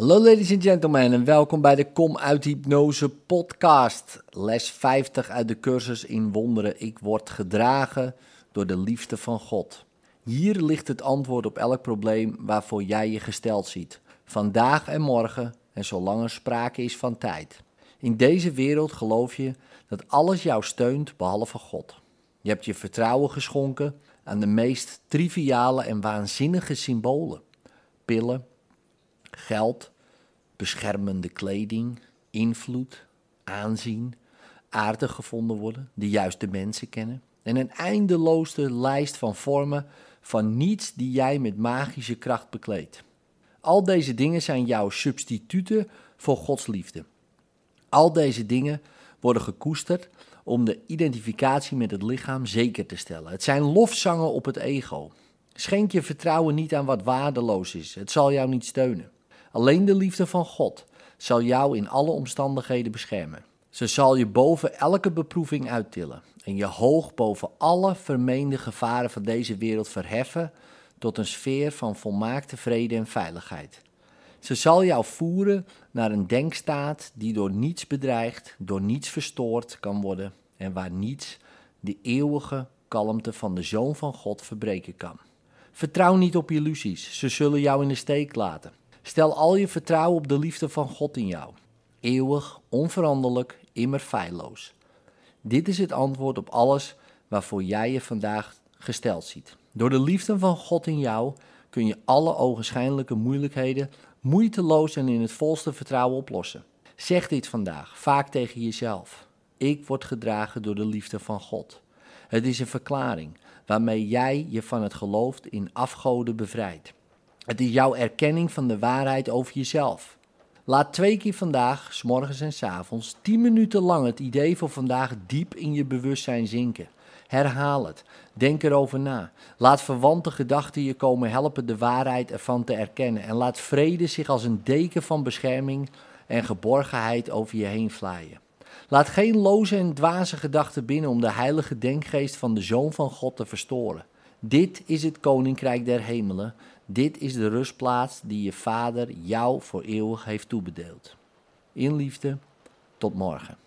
Hallo ladies and gentlemen en welkom bij de Kom uit Hypnose podcast. Les 50 uit de cursus in wonderen. Ik word gedragen door de liefde van God. Hier ligt het antwoord op elk probleem waarvoor jij je gesteld ziet. Vandaag en morgen en zolang er sprake is van tijd. In deze wereld geloof je dat alles jou steunt behalve God. Je hebt je vertrouwen geschonken aan de meest triviale en waanzinnige symbolen. Pillen, geld, beschermende kleding, invloed, aanzien, aardig gevonden worden, de juiste mensen kennen en een eindeloze lijst van vormen van niets die jij met magische kracht bekleedt. Al deze dingen zijn jouw substituten voor Gods liefde. Al deze dingen worden gekoesterd om de identificatie met het lichaam zeker te stellen. Het zijn lofzangen op het ego. Schenk je vertrouwen niet aan wat waardeloos is. Het zal jou niet steunen. Alleen de liefde van God zal jou in alle omstandigheden beschermen. Ze zal je boven elke beproeving uittillen en je hoog boven alle vermeende gevaren van deze wereld verheffen tot een sfeer van volmaakte vrede en veiligheid. Ze zal jou voeren naar een denkstaat die door niets bedreigd, door niets verstoord kan worden en waar niets de eeuwige kalmte van de Zoon van God verbreken kan. Vertrouw niet op illusies, ze zullen jou in de steek laten. Stel al je vertrouwen op de liefde van God in jou. Eeuwig, onveranderlijk, immer feilloos. Dit is het antwoord op alles waarvoor jij je vandaag gesteld ziet. Door de liefde van God in jou kun je alle ogenschijnlijke moeilijkheden moeiteloos en in het volste vertrouwen oplossen. Zeg dit vandaag, vaak tegen jezelf. Ik word gedragen door de liefde van God. Het is een verklaring waarmee jij je van het geloof in afgoden bevrijdt. Het is jouw erkenning van de waarheid over jezelf. Laat 2 keer vandaag, 's morgens en 's avonds, 10 minuten lang het idee voor vandaag diep in je bewustzijn zinken. Herhaal het. Denk erover na. Laat verwante gedachten je komen helpen de waarheid ervan te erkennen. En laat vrede zich als een deken van bescherming en geborgenheid over je heen vlaaien. Laat geen loze en dwaze gedachten binnen om de heilige denkgeest van de Zoon van God te verstoren. Dit is het Koninkrijk der Hemelen. Dit is de rustplaats die je Vader jou voor eeuwig heeft toebedeeld. In liefde, tot morgen.